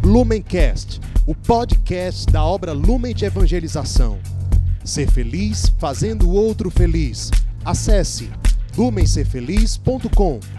Lumencast, o podcast da obra Lumen de Evangelização. Ser feliz fazendo o outro feliz. Acesse lumencerfeliz.com.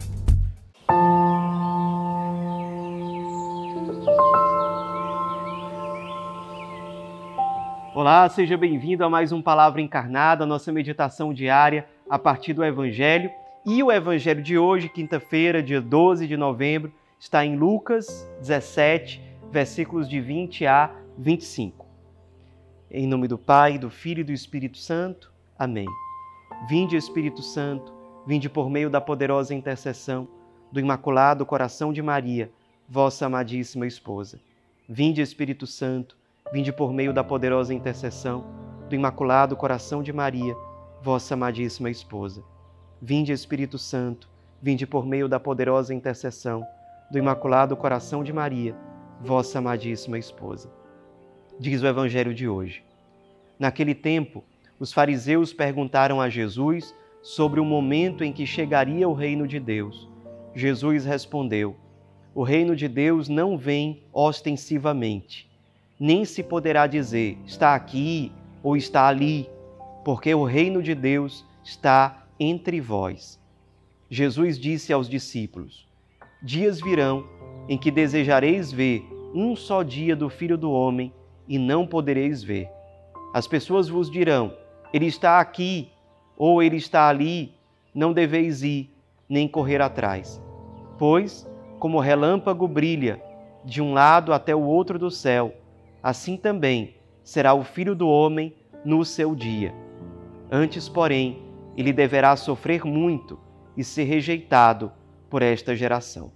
Olá, seja bem-vindo a mais um Palavra Encarnada, a nossa meditação diária a partir do Evangelho. E o Evangelho de hoje, quinta-feira, dia 12 de novembro, está em Lucas 17, versículos de 20 a 25. Em nome do Pai, do Filho e do Espírito Santo. Amém. Vinde, Espírito Santo, vinde por meio da poderosa intercessão do Imaculado Coração de Maria, vossa amadíssima esposa. Vinde, Espírito Santo, vinde por meio da poderosa intercessão do Imaculado Coração de Maria, vossa amadíssima esposa. Vinde, Espírito Santo, vinde por meio da poderosa intercessão do Imaculado Coração de Maria, vossa amadíssima esposa. Diz o Evangelho de hoje. Naquele tempo, os fariseus perguntaram a Jesus sobre o momento em que chegaria o reino de Deus. Jesus respondeu: o reino de Deus não vem ostensivamente, nem se poderá dizer, está aqui ou está ali, porque o reino de Deus está entre vós. Jesus disse aos discípulos: dias virão em que desejareis ver um só dia do Filho do Homem e não podereis ver. As pessoas vos dirão, ele está aqui ou ele está ali, não deveis ir, nem correr atrás. Pois, como o relâmpago brilha de um lado até o outro do céu, assim também será o Filho do Homem no seu dia. Antes, porém, ele deverá sofrer muito e ser rejeitado por esta geração.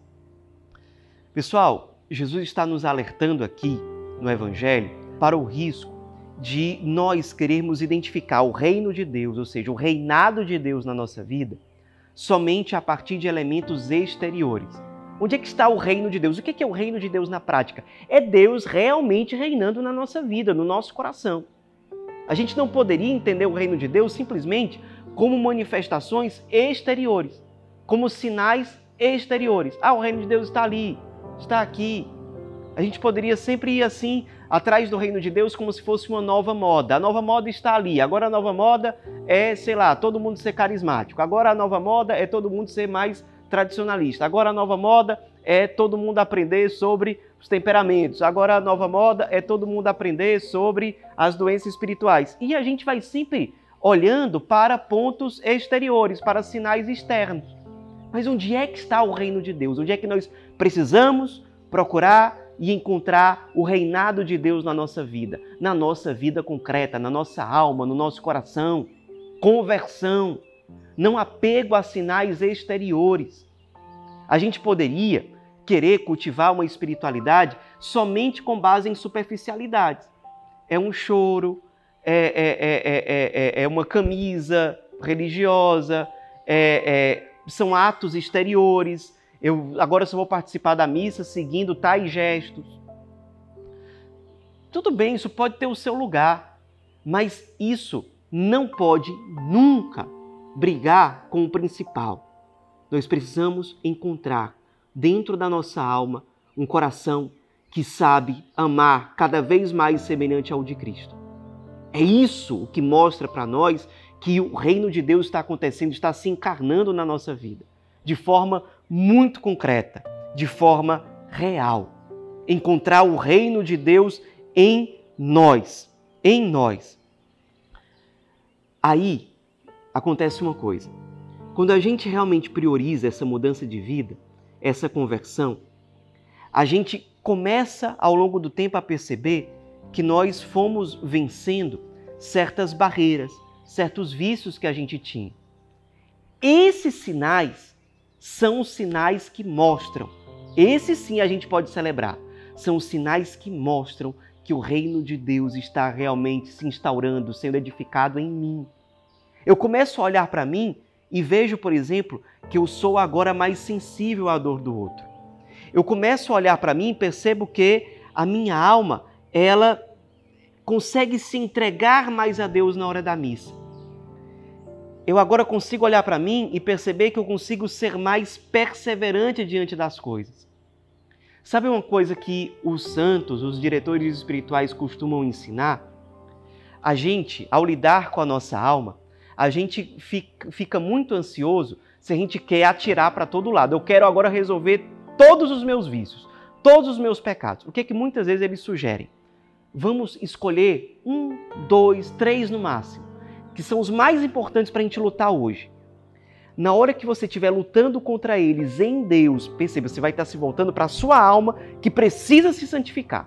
Pessoal, Jesus está nos alertando aqui no Evangelho para o risco de nós querermos identificar o reino de Deus, ou seja, o reinado de Deus na nossa vida, somente a partir de elementos exteriores. Onde é que está o reino de Deus? O que é o reino de Deus na prática? É Deus realmente reinando na nossa vida, no nosso coração. A gente não poderia entender o reino de Deus simplesmente como manifestações exteriores, como sinais exteriores. O reino de Deus está ali, está aqui. A gente poderia sempre ir assim, atrás do reino de Deus, como se fosse uma nova moda. A nova moda está ali. Agora a nova moda é, todo mundo ser carismático. Agora a nova moda é todo mundo ser mais tradicionalista. Agora a nova moda é todo mundo aprender sobre os temperamentos. Agora a nova moda é todo mundo aprender sobre as doenças espirituais. E a gente vai sempre olhando para pontos exteriores, para sinais externos. Mas onde é que está o reino de Deus? Onde é que nós precisamos procurar e encontrar o reinado de Deus na nossa vida concreta, na nossa alma, no nosso coração? Conversão, não apego a sinais exteriores. A gente poderia querer cultivar uma espiritualidade somente com base em superficialidades. É um choro, é uma camisa religiosa, são atos exteriores. Eu agora só vou participar da missa seguindo tais gestos. Tudo bem, isso pode ter o seu lugar, mas isso não pode nunca brigar com o principal. Nós precisamos encontrar dentro da nossa alma um coração que sabe amar cada vez mais semelhante ao de Cristo. É isso o que mostra para nós que o reino de Deus está acontecendo, está se encarnando na nossa vida, de forma muito concreta, de forma real. Encontrar o reino de Deus em nós, Aí acontece uma coisa. Quando a gente realmente prioriza essa mudança de vida, essa conversão, a gente começa ao longo do tempo a perceber que nós fomos vencendo certas barreiras, certos vícios que a gente tinha. Esses sinais são os sinais que mostram, esses sim a gente pode celebrar, são os sinais que mostram que o reino de Deus está realmente se instaurando, sendo edificado em mim. Eu começo a olhar para mim e vejo, por exemplo, que eu sou agora mais sensível à dor do outro. Eu começo a olhar para mim e percebo que a minha alma, ela consegue se entregar mais a Deus na hora da missa. Eu agora consigo olhar para mim e perceber que eu consigo ser mais perseverante diante das coisas. Sabe uma coisa que os santos, os diretores espirituais costumam ensinar? A gente, ao lidar com a nossa alma, a gente fica muito ansioso se a gente quer atirar para todo lado. Eu quero agora resolver todos os meus vícios, todos os meus pecados. O que é que muitas vezes eles sugerem? Vamos escolher 1, 2, 3 no máximo, que são os mais importantes para a gente lutar hoje. Na hora que você estiver lutando contra eles em Deus, perceba, você vai estar se voltando para a sua alma que precisa se santificar.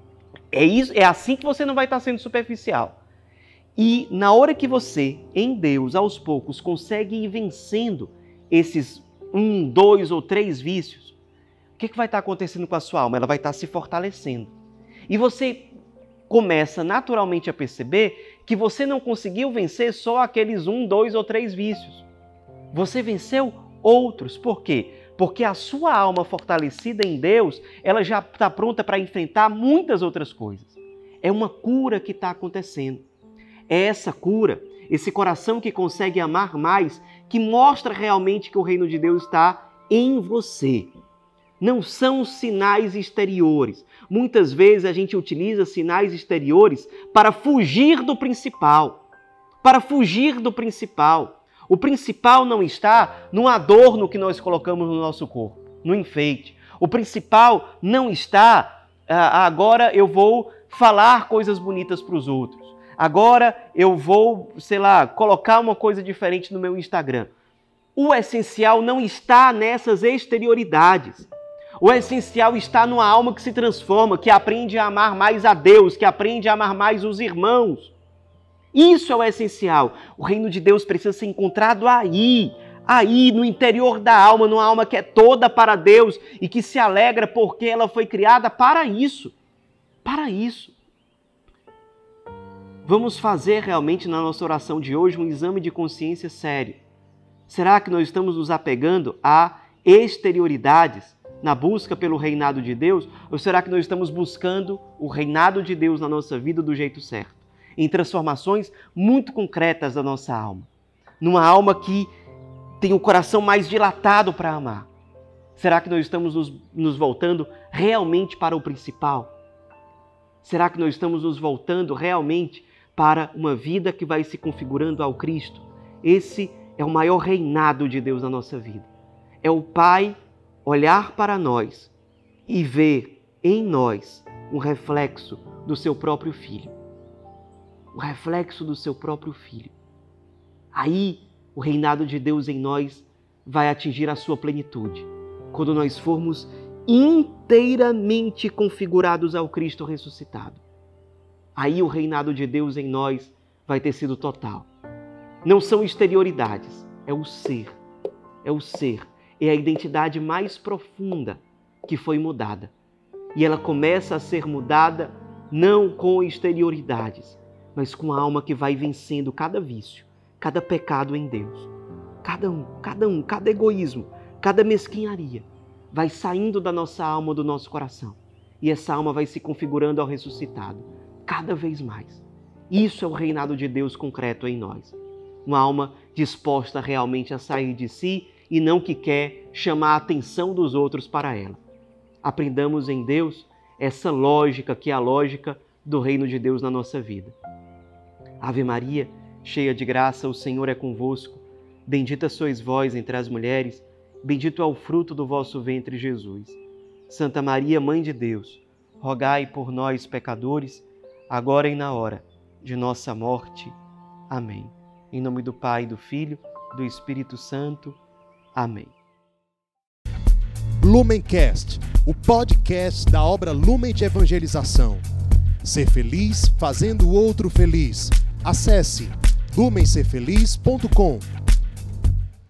É assim que você não vai estar sendo superficial. E na hora que você, em Deus, aos poucos, consegue ir vencendo esses 1, 2 ou 3 vícios, o que vai estar acontecendo com a sua alma? Ela vai estar se fortalecendo. E você começa naturalmente a perceber que você não conseguiu vencer só aqueles 1, 2 ou 3 vícios. Você venceu outros. Por quê? Porque a sua alma fortalecida em Deus, ela já está pronta para enfrentar muitas outras coisas. É uma cura que está acontecendo. É essa cura, esse coração que consegue amar mais, que mostra realmente que o reino de Deus está em você. Não são sinais exteriores. Muitas vezes a gente utiliza sinais exteriores para fugir do principal. Para fugir do principal. O principal não está no adorno que nós colocamos no nosso corpo, no enfeite. O principal não está, agora eu vou falar coisas bonitas para os outros. Agora eu vou, colocar uma coisa diferente no meu Instagram. O essencial não está nessas exterioridades. O essencial está numa alma que se transforma, que aprende a amar mais a Deus, que aprende a amar mais os irmãos. Isso é o essencial. O reino de Deus precisa ser encontrado aí, no interior da alma, numa alma que é toda para Deus e que se alegra porque ela foi criada para isso. Para isso. Vamos fazer realmente na nossa oração de hoje um exame de consciência sério. Será que nós estamos nos apegando a exterioridades na busca pelo reinado de Deus? Ou será que nós estamos buscando o reinado de Deus na nossa vida do jeito certo? Em transformações muito concretas da nossa alma. Numa alma que tem o coração mais dilatado para amar. Será que nós estamos nos voltando realmente para o principal? Será que nós estamos nos voltando realmente para uma vida que vai se configurando ao Cristo? Esse é o maior reinado de Deus na nossa vida. É o Pai olhar para nós e ver em nós um reflexo do seu próprio Filho. O reflexo do seu próprio Filho. Aí, o reinado de Deus em nós vai atingir a sua plenitude. Quando nós formos inteiramente configurados ao Cristo ressuscitado. Aí o reinado de Deus em nós vai ter sido total. Não são exterioridades, é o ser. É o ser. É a identidade mais profunda que foi mudada. E ela começa a ser mudada não com exterioridades, mas com a alma que vai vencendo cada vício, cada pecado em Deus. Cada egoísmo, cada mesquinharia vai saindo da nossa alma, do nosso coração. E essa alma vai se configurando ao ressuscitado, cada vez mais. Isso é o reinado de Deus concreto em nós. Uma alma disposta realmente a sair de si e não que quer chamar a atenção dos outros para ela. Aprendamos em Deus essa lógica que é a lógica do reino de Deus na nossa vida. Ave Maria, cheia de graça, o Senhor é convosco. Bendita sois vós entre as mulheres, bendito é o fruto do vosso ventre, Jesus. Santa Maria, Mãe de Deus, rogai por nós, pecadores, agora e na hora de nossa morte. Amém. Em nome do Pai, do Filho, do Espírito Santo. Amém. Lumencast, o podcast da obra Lumen de Evangelização. Ser feliz fazendo o outro feliz. Acesse lumencerfeliz.com.